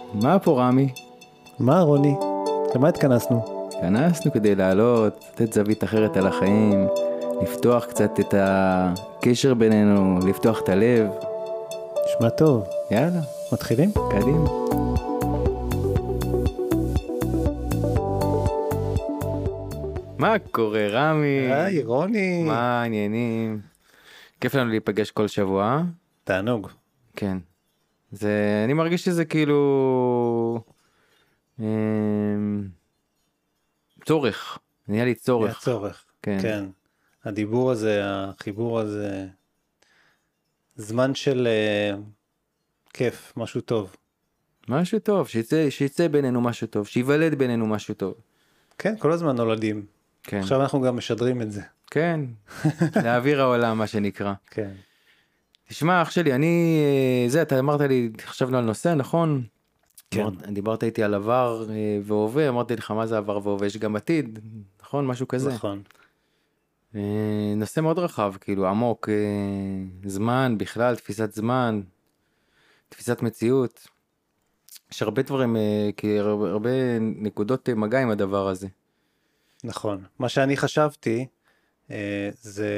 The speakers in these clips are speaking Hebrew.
מה פה רמי? מה רוני? למה התכנסנו? התכנסנו כדי לעלות, לתת זווית אחרת על החיים, לפתוח קצת את הקשר בינינו, לפתוח את הלב. נשמע טוב. יאללה, מתחילים? קדימה. מה קורה רמי? היי רוני. מה העניינים? כיף לנו להיפגש כל שבוע. תענוג. כן. אני מרגיש שזה כאילו צורך. נהיה לי צורך. היה צורך. כן. כן. הדיבור הזה, החיבור הזה, זמן של כיף, משהו טוב. משהו טוב, שיצא בינינו משהו טוב, שיוולד בינינו משהו טוב. כן, כל הזמן נולדים. כן. עכשיו אנחנו גם משדרים את זה. כן. להעביר העולם, מה שנקרא. כן. תשמע, אח שלי, אתה אמרת לי, חשבנו על נושא, נכון? כן. דיברת איתי על עבר והווה, אמרתי לך מה זה עבר והווה, יש גם עתיד, נכון? משהו כזה. נכון. נושא מאוד רחב, כאילו עמוק, זמן בכלל, תפיסת זמן, תפיסת מציאות. יש הרבה דברים, הרבה נקודות מגע עם הדבר הזה. נכון. מה שאני חשבתי, זה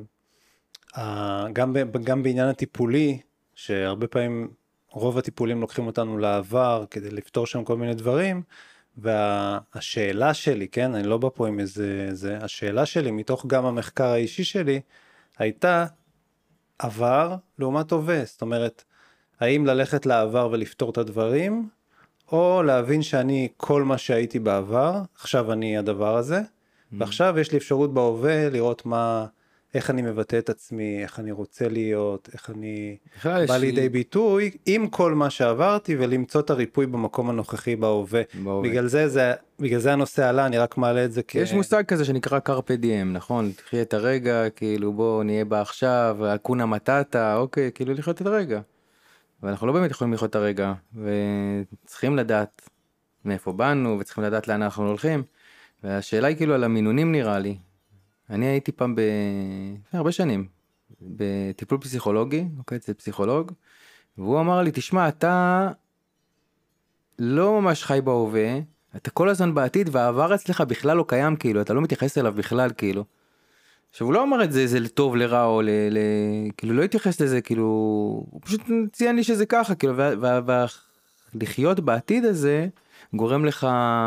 גם בעניין הטיפולי, שהרבה פעמים רוב הטיפולים לוקחים אותנו לעבר כדי לפתור שם כל מיני דברים, והשאלה שלי, כן, אני לא בא פה עם השאלה שלי מתוך גם המחקר האישי שלי, הייתה עבר לעומת הווה, זאת אומרת, האם ללכת לעבר ולפתור את הדברים, או להבין שאני כל מה שהייתי בעבר, עכשיו אני הדבר הזה, ועכשיו יש לי אפשרות בהווה לראות איך אני מבטא את עצמי, איך אני רוצה להיות, איך אני בא לידי ביטוי, עם כל מה שעברתי, ולמצוא את הריפוי במקום הנוכחי בהווה. בגלל זה הנושא עלה, אני רק מעלה את זה יש מושג כזה שנקרא קרפה דיאם, נכון? תחי את הרגע, כאילו בוא נהיה בה עכשיו, אקונה מטאטה, אוקיי, כאילו לחיות את הרגע. ואנחנו לא באמת יכולים לחיות את הרגע, וצריכים לדעת מאיפה באנו, וצריכים לדעת לאן אנחנו הולכים, והשאלה היא כאילו על המינונים נראה לי. אני הייתי פעם הרבה שנים, בטיפול פסיכולוגי, אוקיי, אצל פסיכולוג, והוא אמר לי, תשמע, אתה לא ממש חי בהווה, אתה כל הזמן בעתיד, והעבר אצלך בכלל לא קיים, כאילו, אתה לא מתייחס אליו בכלל, כאילו. עכשיו, הוא לא אמר את זה, זה לטוב, לרע, או כאילו, לא התייחס לזה, כאילו, הוא פשוט ציין לי שזה ככה, כאילו, ולחיות בעתיד הזה, גורם לך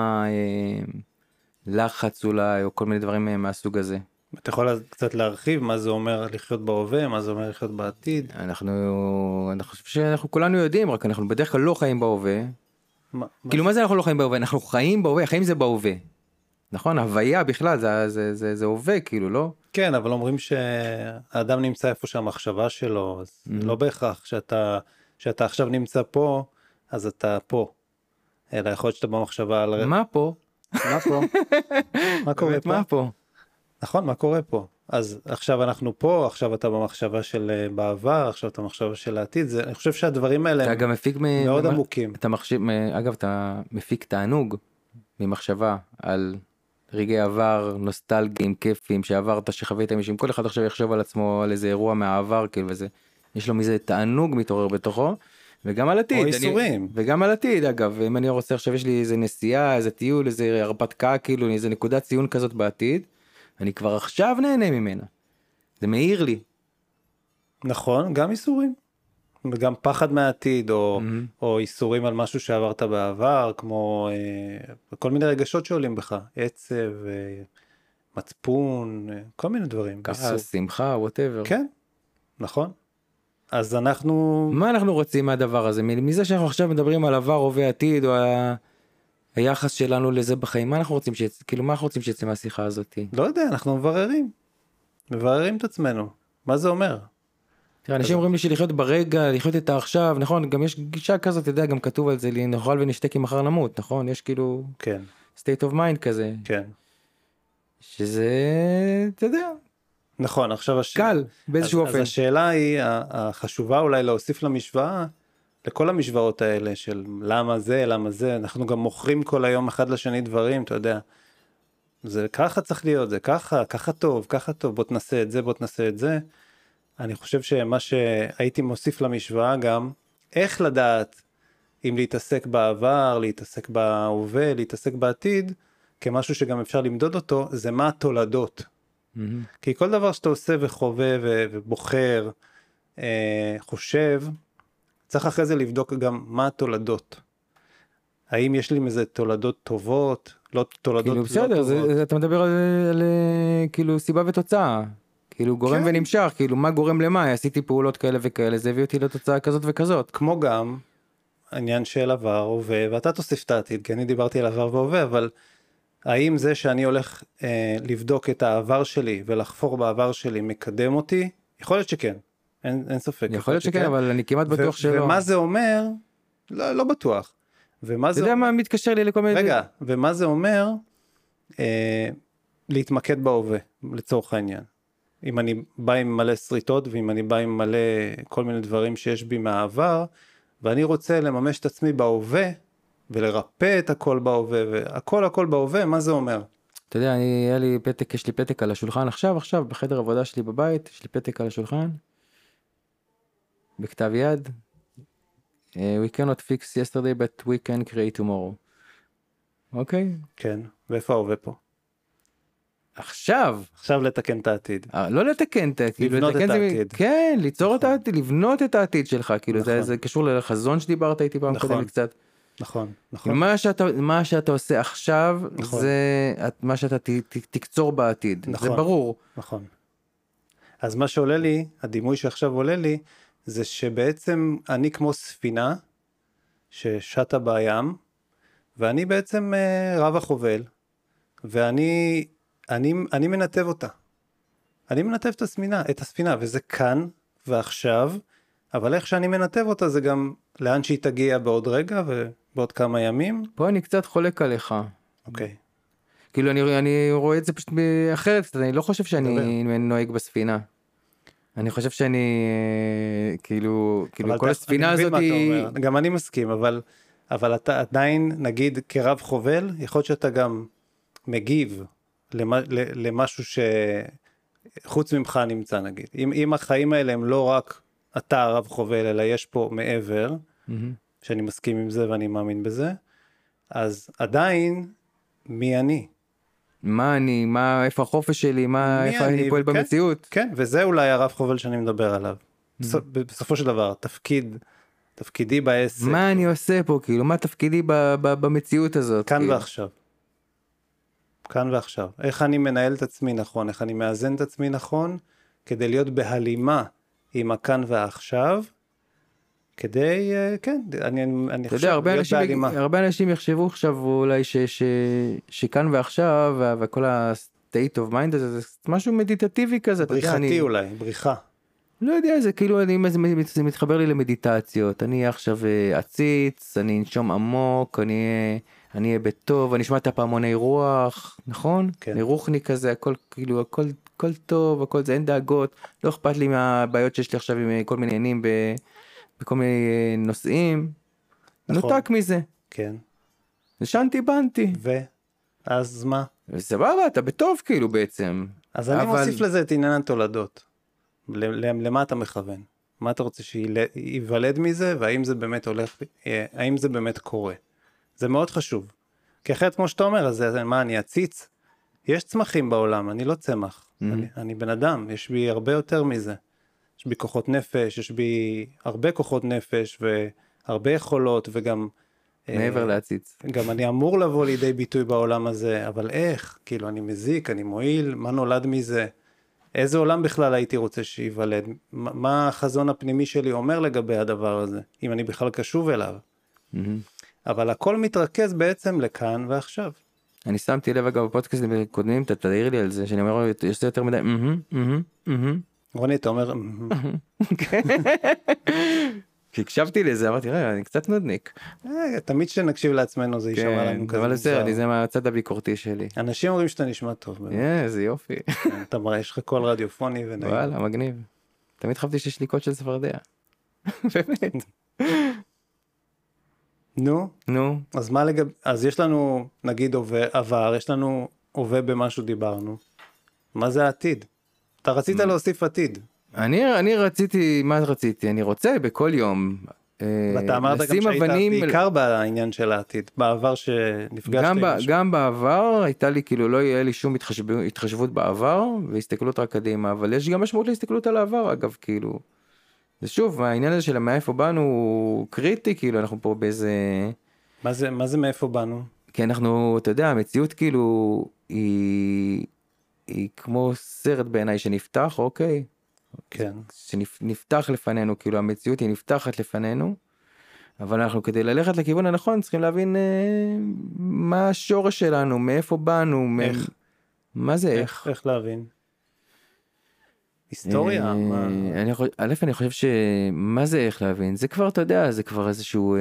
לחץ אולי, או כל מיני דברים מהסוג הזה. אתה יכול קצת להרחיב מה זה אומר לחיות בהווה, מה זה אומר לחיות בעתיד? אני חושב שאנחנו כולנו יודעים, רק אנחנו בדרך כלל לא חיים בהווה. כאילו, מה זה אנחנו לא חיים בהווה? אנחנו חיים בהווה, החיים זה בהווה. נכון? הוויה בכלל, זה הווה, כאילו, לא? כן, אבל אומרים שהאדם נמצא איפה שהמחשבה שלו, אז לא בהכרח שאתה עכשיו נמצא פה, אז אתה פה. אלא יכול להיות שאתה במחשבה על... מה פה? מה פה? מה קורה פה? מה פה? נכון, מה קורה פה? אז עכשיו אנחנו פה, עכשיו אתה במחשבה של בעבר, עכשיו אתה במחשבה של העתיד, אני חושב שהדברים האלה הם מאוד עמוקים. אגב, אתה מפיק תענוג ממחשבה על רגעי עבר, נוסטלגיים, כיפים, שעברת, שחווית מישהו, כל אחד עכשיו יחשוב על עצמו, על איזה אירוע מהעבר, כאילו, וזה, יש לו מזה תענוג מתעורר בתוכו, וגם על עתיד. או איסורים. וגם על עתיד, אגב, אם אני רוצה, עכשיו יש לי איזה נסיעה, איזה טיול, איזה הרפתקה, כאילו, איזה נקודת ציון כזאת בעתיד, אני כבר עכשיו נהנה ממנה. זה מאיר לי. נכון, גם איסורים. וגם פחד מהעתיד, או איסורים על משהו שעברת בעבר, כמו כל מיני רגשות שעולים בך, עצב, מצפון, כל מיני דברים. כעס, שמחה, whatever. כן, נכון. אז אנחנו... מה אנחנו רוצים מהדבר הזה? מזה שאנחנו עכשיו מדברים על עבר, הווה, עתיד, או היחס שלנו לזה בחיים, מה אנחנו רוצים כאילו, מה אנחנו רוצים שיצא מהשיחה הזאת? לא יודע, אנחנו מבררים את עצמנו. מה זה אומר? תראה, אנשים אומרים לי שלחיות ברגע, לחיות את העכשיו, נכון? גם יש גישה כזאת, אתה יודע, גם כתוב על זה, נאכל ונשתה כי מחר נמות, נכון? יש כאילו... כן. state of mind כזה. כן. שזה, אתה יודע. נכון, עכשיו... קל, באיזשהו אופן. אז השאלה היא, החשובה אולי להוסיף למשוואה, לכל המשוואות האלה של למה זה, אנחנו גם מוכרים כל היום אחד לשני דברים, אתה יודע. זה ככה צריך להיות, זה ככה טוב, בוא תנסה את זה, אני חושב שמה שהייתי מוסיף למשוואה גם, איך לדעת אם להתעסק בעבר, להתעסק בהווה, להתעסק בעתיד, כמשהו שגם אפשר למדוד אותו, זה מה התולדות. כי כל דבר שאתה עושה וחווה ובוחר, חושב, צריך אחרי זה לבדוק גם מה התולדות. האם יש לי מזה תולדות טובות, לא תולדות כאילו לא בסדר, טובות. אתה מדבר על כאילו סיבה ותוצאה, כאילו גורם כן. ונמשך, כאילו מה גורם למה, עשיתי פעולות כאלה וכאלה, זה הביא אותי לתוצאה כזאת וכזאת. כמו גם העניין של עבר, הווה, ואתה תוסיף את העתיד, כי אני דיברתי על עבר והווה, אבל האם זה שאני הולך לבדוק את העבר שלי ולחפור בעבר שלי מקדם אותי? יכול להיות שכן, אין ספק. יכול להיות שכן, אבל אני כמעט בטוח שלא. ומה זה אומר? לא בטוח. ומה אתה זה יודע מה מתקשר לי לכל מיני... רגע, ומה זה אומר? להתמקד בהווה, לצורך העניין. אם אני בא עם מלא שריטות, ואם אני בא עם מלא כל מיני דברים שיש בי מהעבר, ואני רוצה לממש את עצמי בהווה, ולרפא את הכל בהווה, והכל בהווה, מה זה אומר? אתה יודע, יש לי פתק על השולחן עכשיו, בחדר עבודה שלי בבית, יש לי פתק על השולחן, בכתב יד, we cannot fix yesterday, but we can create tomorrow. אוקיי? כן, ואיפה ההווה פה? עכשיו לתקן את העתיד. לא לתקן את העתיד, לבנות את העתיד. כן, ליצור את העתיד, לבנות את העתיד שלך, כאילו זה קשור לחזון שדיברת איתי פעם קודם קצת. נכון. מה שאתה עושה עכשיו, זה מה שאתה תקצור בעתיד, זה ברור. נכון. אז מה שעולה לי, הדימוי שעכשיו עולה לי, זה שבעצם אני כמו ספינה, ששטה בים, ואני בעצם רב החובל, ואני מנתב אותה. אני מנתב את הספינה, וזה כאן ועכשיו, אבל איך שאני מנתב אותה זה גם לאן שהיא תגיע בעוד רגע ובעוד כמה ימים. פה אני קצת חולק עליך. אוקיי. כאילו אני רואה את זה פשוט אחרת, אני לא חושב שאני נוהג בספינה. אני חושב שאני כאילו כל הספינה הזאת היא... גם אני מסכים, אבל אתה עדיין נגיד כרב חובל, יכול להיות שאתה גם מגיב למשהו שחוץ ממך נמצא נגיד. אם החיים האלה הם לא רק אתה הרב חובל, אלא יש פה מעבר, שאני מסכים עם זה ואני מאמין בזה, אז עדיין מי אני? מה אני, איפה החופש שלי, איפה אני פועל במציאות? כן, וזה אולי הרב חובל שאני מדבר עליו. בסופו של דבר, תפקידי בעסק. מה אני עושה פה, כאילו, מה תפקידי במציאות הזאת? כאן ועכשיו. איך אני מנהל את עצמי נכון, איך אני מאזן את עצמי נכון, כדי להיות בהלימה עם הכאן ועכשיו, כדי, כן, אני חושב להיות בהלימה. הרבה אנשים יחשבו עכשיו אולי שכאן ועכשיו, וכל ה-state of mind הזה, זה משהו מדיטטיבי כזה. בריחתי אולי, בריחה. לא יודע, זה כאילו, זה מתחבר לי למדיטציות, אני אהיה עכשיו עציץ, אני אנשום עמוק, אני אהיה בטוב, אני אשמע את הפעמוני רוח, נכון? כן. אני רוחני כזה, הכל כאילו, הכל טוב, הכל זה, אין דאגות, לא אכפת לי מהבעיות שיש לי עכשיו עם כל מיני עניינים בכל מיני נושאים, נכון. נותק מזה. כן. נשנתי בנתי. אז מה? סבבה, אתה בטוב כאילו בעצם. אז אני מוסיף לזה את עניין התולדות. למה אתה מכוון? מה אתה רוצה שיוולד מזה, והאם זה באמת הולך, האם זה באמת קורה? זה מאוד חשוב. כי אחרת כמו שאתה אומר, אז מה, אני אציץ? יש צמחים בעולם, אני לא צמח. אני בן אדם, יש בי הרבה יותר מזה. יש בי כוחות נפש, יש בי הרבה כוחות נפש, והרבה יכולות, וגם... מעבר להציץ. גם אני אמור לבוא לידי ביטוי בעולם הזה, אבל איך? כאילו, אני מזיק, אני מועיל, מה נולד מזה? איזה עולם בכלל הייתי רוצה שיוולד? מה החזון הפנימי שלי אומר לגבי הדבר הזה? אם אני בכלל קשוב אליו. אבל הכל מתרכז בעצם לכאן ועכשיו. אני שמתי לב אגב בפודקאסטים קודמים, אתה תעיר לי על זה, שאני אומר, יש יותר מדי, רוני, אתה אומר, כי הקשבתי לזה, אמרתי, רגע, אני קצת נודניק. תמיד שנקשיב לעצמנו זה יישמע לנו כזה. אבל בסדר, זה מהצד הביקורתי שלי. אנשים אומרים שאתה נשמע טוב. זה יופי. אתה מראה, יש לך קול רדיופוני ונעים. וואלה, מגניב. תמיד חשבתי שיש לי קול של צפרדע. באמת. נו. אז מה אז יש לנו, נגיד, עבר, יש לנו הווה במשהו דיברנו. מה זה העתיד? אתה רצית להוסיף עתיד. אני רציתי, מה רציתי? אני רוצה בכל יום ואתה אמרת גם שהיית בעיקר בעניין של העתיד, בעבר שנפגשת עם משהו. גם בעבר הייתה לי, כאילו לא יהיה לי שום התחשבות בעבר, והסתכלות רק קדימה, אבל יש גם משמעות להסתכלות על העבר, אגב, כאילו. זה שוב, העניין הזה של מאיפה באנו הוא קריטי, כאילו אנחנו פה באיזה... מה זה מאיפה באנו? כי אנחנו, אתה יודע, המציאות כאילו היא כמו סרט בעיניי שנפתח, אוקיי? כן. שנפתח לפנינו, כאילו המציאות היא נפתחת לפנינו, אבל אנחנו כדי ללכת לכיוון הנכון צריכים להבין מה השורש שלנו, מאיפה באנו, מה זה איך? איך להבין? היסטוריה? אני חושב שמה זה איך להבין? זה כבר, אתה יודע, זה כבר איזשהו,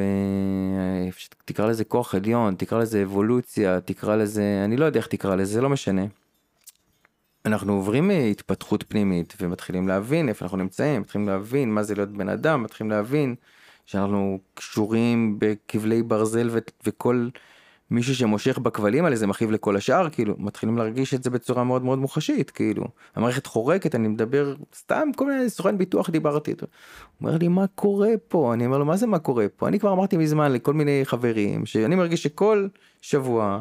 תקרא לזה כוח עליון, תקרא לזה אבולוציה, תקרא לזה, אני לא יודע איך תקרא לזה, זה לא משנה. אנחנו עוברים התפתחות פנימית ומתחילים להבין איפה אנחנו נמצאים, מתחילים להבין מה זה להיות בן אדם, מתחילים להבין שאנחנו קשורים בכבלי ברזל וכל מישהו שמושך בכבלים האלה זה מכאיב לכל השאר, כאילו מתחילים להרגיש את זה בצורה מאוד מאוד מוחשית, כאילו המערכת חורקת, אני מדבר סתם כל מיני סוכן ביטוח דיברתי איתו, הוא אומר לי מה קורה פה, אני אומר לו מה זה מה קורה פה, אני כבר אמרתי מזמן לכל מיני חברים שאני מרגיש שכל שבוע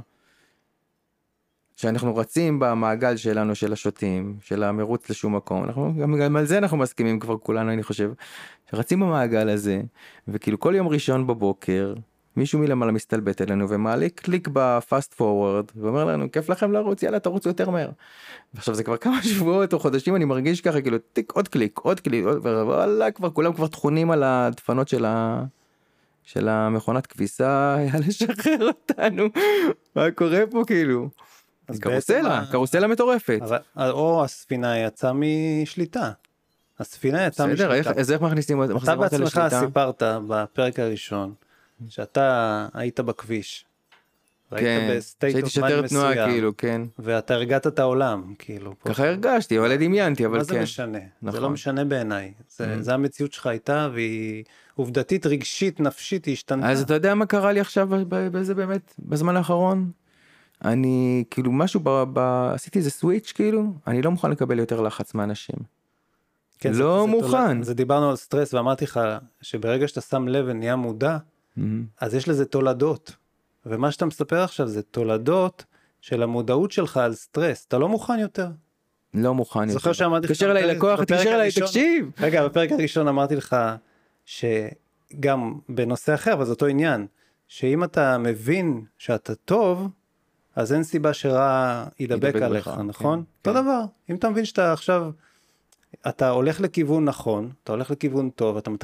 שאנחנו רצים במעגל שלנו של השוטים, של המרוץ לשום מקום, אנחנו, גם על זה אנחנו מסכימים כבר כולנו, אני חושב, שרצים במעגל הזה, וכאילו כל יום ראשון בבוקר, מישהו מלמעלה מסתלבט אלינו, ומעלה קליק בפאסט פורוורד, ואומר לנו, כיף לכם לרוץ, יאללה תרוצו יותר מהר. ועכשיו זה כבר כמה שבועות או חודשים, אני מרגיש ככה, כאילו, טיק, עוד קליק, וואלה, כולם כבר תכונים על הדפנות של המכונת כביסה, יאללה שחרר אותנו, מה קורה פה כאילו? קרוסלה מטורפת. או הספינה יצאה משליטה. הספינה יצאה משליטה. בסדר, אז איך מכניסים אותה לשליטה? אתה בעצמך סיפרת בפרק הראשון, שאתה היית בכביש. כן, שהייתי שוטר תנועה כאילו, כן. ואתה הרגעת את העולם, כאילו. ככה הרגשתי, אבל דמיינתי, אבל כן. מה זה משנה? זה לא משנה בעיניי. זה המציאות שלך הייתה, והיא עובדתית, רגשית, נפשית, היא השתנתה. אז אתה יודע מה קרה לי עכשיו בזה באמת, בזמן האחרון? אני כאילו משהו עשיתי איזה סוויץ' כאילו, אני לא מוכן לקבל יותר לחץ מאנשים. כן, לא מוכן. זה דיברנו על סטרס ואמרתי לך שברגע שאתה שם לב ונהיה מודע, אז יש לזה תולדות. ומה שאתה מספר עכשיו זה תולדות של המודעות שלך על סטרס. אתה לא מוכן יותר. לא מוכן יותר. זוכר שאמרתי לך, תקשר אליי לקוח, תקשר אליי, תקשיב. רגע, בפרק הראשון אמרתי לך שגם בנושא אחר, אבל זה אותו עניין, שאם אתה מבין שאתה טוב, אז אין סיבה שרע ידבק עליך, נכון? אותו דבר, אם אתה מבין שאתה עכשיו, אתה הולך לכיוון נכון, אתה הולך לכיוון טוב, אתה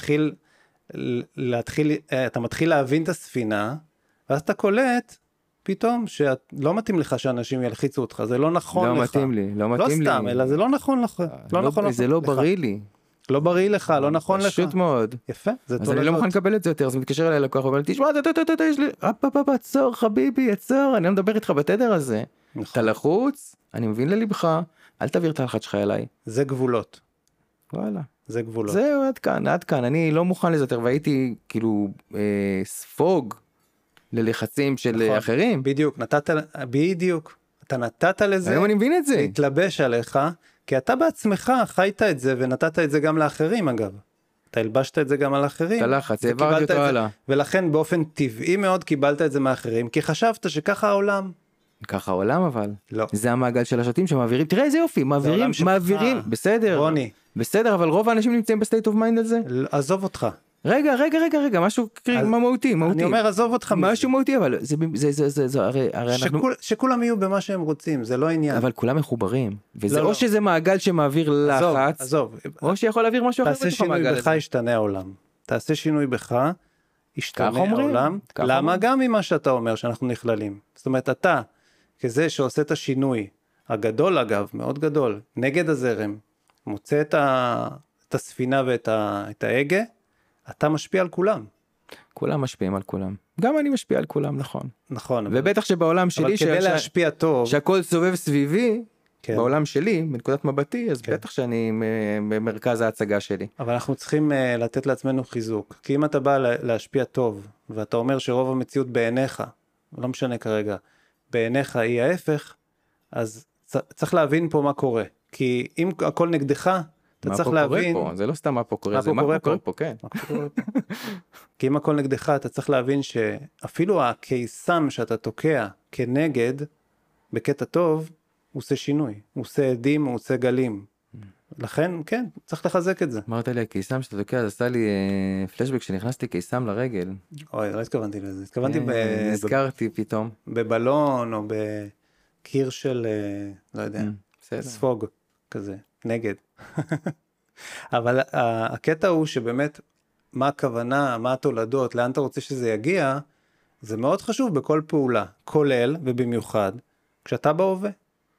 מתחיל להבין את הספינה, ואז אתה קולט פתאום שלא מתאים לך שאנשים ילחיצו אותך, זה לא נכון לך. לא מתאים לי. לא סתם, אלא זה לא נכון לך. זה לא בריא לי. לא בריא לך, לא נכון לך. פשוט מאוד. יפה, זה אז אני לא מוכן לקבל את זה יותר, אז מתקשר אליי לקוח, ואומר לי, תשמע, יש לי, עצור חביבי, עצור, אני לא מדבר איתך בתדר הזה. אתה לחוץ, אני מבין ללבך, אל תעביר את הלחץ שלך אליי. זה גבולות. וואלה. זה גבולות. זהו, עד כאן, אני לא מוכן לזה יותר, והייתי כאילו ספוג ללחצים של אחרים. בדיוק, אתה נתת לזה. היום אני מבין את זה. להתלבש עליך, כי אתה בעצמך חיית את זה ונתת את זה גם לאחרים אגב. אתה הלבשת את זה גם על אחרים. את הלחץ, העברתי אותו הלאה. ולכן באופן טבעי מאוד קיבלת את זה מאחרים, כי חשבת שככה העולם. ככה העולם אבל. לא. זה המעגל של השוטים שמעבירים, תראה איזה יופי, מעבירים, בסדר. רוני. בסדר, אבל רוב האנשים נמצאים בסטייט אוף מיינד הזה. עזוב אותך. רגע, משהו מהותי. אני אומר, עזוב אותך. משהו מהותי, אבל זה הרי אנחנו... שכולם יהיו במה שהם רוצים, זה לא עניין. אבל כולם מחוברים. וזה או שזה מעגל שמעביר לחץ, עזוב. או שיכול להעביר משהו אחר בתוך המעגל הזה. תעשה שינוי בך, ישתנה העולם. תעשה שינוי בך, ישתנה העולם. למה? גם ממה שאתה אומר, שאנחנו נכללים. זאת אומרת, אתה, כזה שעושה את השינוי, הגדול אגב, מאוד גדול, נגד הזרם, מוצא את הספינה ואת ההגה, אתה משפיע על כולם. כולם משפיעים על כולם. גם אני משפיע על כולם, נכון. נכון. ובטח שבעולם שלי, אבל כדי להשפיע טוב, שהכל סובב סביבי, כן. בעולם שלי, בנקודת מבטי, אז כן. בטח שאני במרכז ההצגה שלי. אבל אנחנו צריכים לתת לעצמנו חיזוק. כי אם אתה בא להשפיע טוב, ואתה אומר שרוב המציאות בעיניך, לא משנה כרגע, בעיניך היא ההפך, אז צריך להבין פה מה קורה. כי אם הכל נגדך, אתה מה צריך פה קורה להבין, פה? זה לא סתם מה פה קורה, מה זה פה מה קורה פה קורה פה? פה, כן. מה קורה פה? כי אם הכל נגדך, אתה צריך להבין שאפילו הקיסם שאתה תוקע כנגד, בקטע טוב, הוא עושה שינוי, הוא עושה עדים, הוא עושה גלים. לכן, כן, צריך לחזק את זה. אמרת לי, הקיסם שאתה תוקע, זה עשה לי פלשבק שנכנסתי קיסם לרגל. אוי, לא התכוונתי לזה, התכוונתי נזכרתי פתאום. בבלון או בקיר של, לא יודע, בסדר. ספוג כזה, נגד. אבל הקטע הוא שבאמת, מה הכוונה, מה התולדות, לאן אתה רוצה שזה יגיע, זה מאוד חשוב בכל פעולה, כולל ובמיוחד, כשאתה בהווה.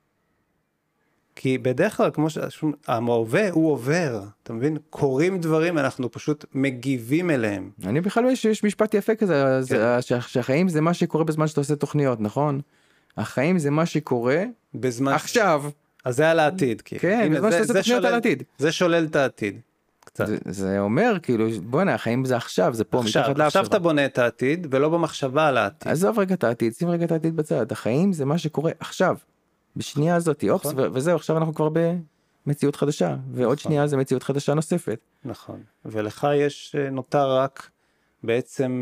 כי בדרך כלל, כמו שההווה הוא עובר, אתה מבין? קורים דברים, אנחנו פשוט מגיבים אליהם. אני בכלל יש משפט יפה כזה, שהחיים זה מה שקורה בזמן שאתה עושה תוכניות, נכון? החיים זה מה שקורה עכשיו. אז זה על העתיד, כאילו. כן, בזמן שאתה עושה תוכניות על העתיד. זה שולל את העתיד. קצת. זה אומר, כאילו, בוא'נה, החיים זה עכשיו, זה פה, מתחת לעכשיו. עכשיו אתה בונה את העתיד, ולא במחשבה על העתיד. עזוב רגע את העתיד, שים רגע את העתיד בצד. החיים זה מה שקורה עכשיו, בשנייה הזאת, אופס, וזהו, עכשיו אנחנו כבר במציאות חדשה, ועוד שנייה זה מציאות חדשה נוספת. נכון, ולך יש נותר רק בעצם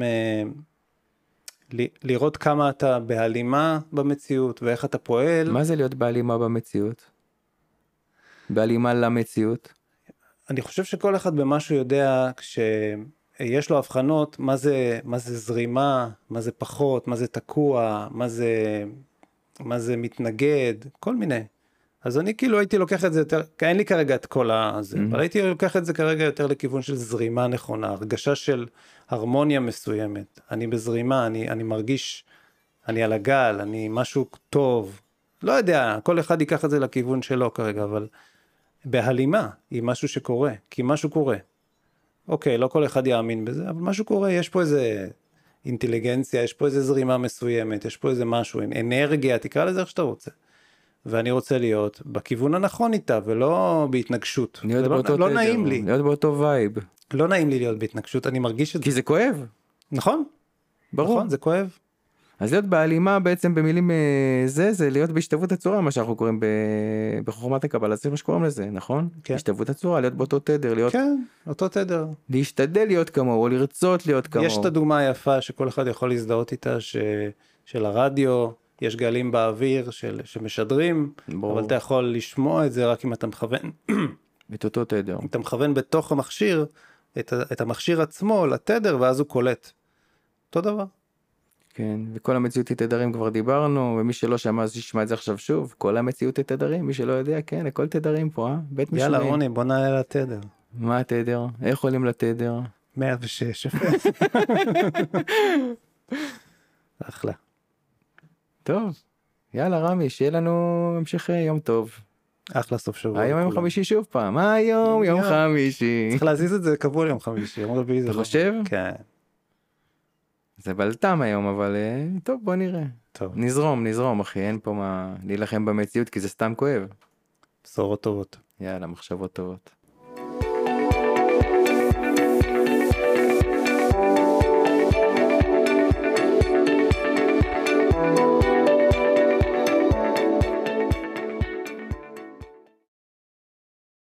לראות כמה אתה בהלימה במציאות, ואיך אתה פועל. מה זה להיות בהלימה במציאות? בהלימה למציאות? אני חושב שכל אחד במשהו יודע, כשיש לו הבחנות, מה זה זרימה, מה זה פחות, מה זה תקוע, מה זה מתנגד, כל מיני. אז אני כאילו הייתי לוקח את זה יותר, אין לי כרגע את כל הזה, אבל הייתי לוקח את זה כרגע יותר לכיוון של זרימה נכונה, הרגשה של הרמוניה מסוימת. אני בזרימה, אני מרגיש, אני על הגל, אני משהו טוב. לא יודע, כל אחד ייקח את זה לכיוון שלו כרגע, אבל בהלימה היא משהו שקורה, כי משהו קורה. אוקיי, לא כל אחד יאמין בזה, אבל משהו קורה, יש פה איזה אינטליגנציה, יש פה איזה זרימה מסוימת, יש פה איזה משהו, אנרגיה, תקרא לזה איך שאתה רוצה. ואני רוצה להיות בכיוון הנכון איתה, ולא בהתנגשות. לא נעים לי. להיות באותו וייב. לא נעים לי להיות בהתנגשות, אני מרגיש את זה. כי זה כואב. נכון. ברור. נכון, זה כואב. אז להיות בהלימה בעצם במילים זה להיות בהשתוות הצורה, מה שאנחנו קוראים בחוכמת הקבלה, זה מה שקוראים לזה, נכון? כן. השתוות הצורה, להיות באותו תדר, להיות... כן, אותו תדר. להשתדל להיות כמוהו, או לרצות להיות כמוהו. יש את הדוגמה היפה שכל אחד יכול להזדהות איתה, של הרדיו, יש גלים באוויר שמשדרים, אבל אתה יכול לשמוע את זה רק אם אתה מכוון. את אותו תדר. אם אתה מכוון בתוך המכשיר, את המכשיר עצמו לתדר, ואז הוא קולט. אותו דבר. כן, וכל המציאות היא תדרים כבר דיברנו, ומי שלא שמע אז ישמע את זה עכשיו שוב, כל המציאות היא תדרים, מי שלא יודע, כן, הכל תדרים פה, בית משומעים. יאללה רוני, בוא נעלה לתדר. מה התדר? איך עולים לתדר? 106. אחלה. טוב, יאללה רמי, שיהיה לנו המשך יום טוב. אחלה סוף שבוע. היום יום חמישי שוב פעם, היום יום חמישי. צריך להזיז את זה קבוע ליום חמישי, יום רביעי זה אתה לא. חושב? כן. זה בלטם היום, אבל טוב, בוא נראה. טוב. נזרום אחי, אין פה מה להילחם במציאות, כי זה סתם כואב. בשורות טובות. יאללה, מחשבות טובות.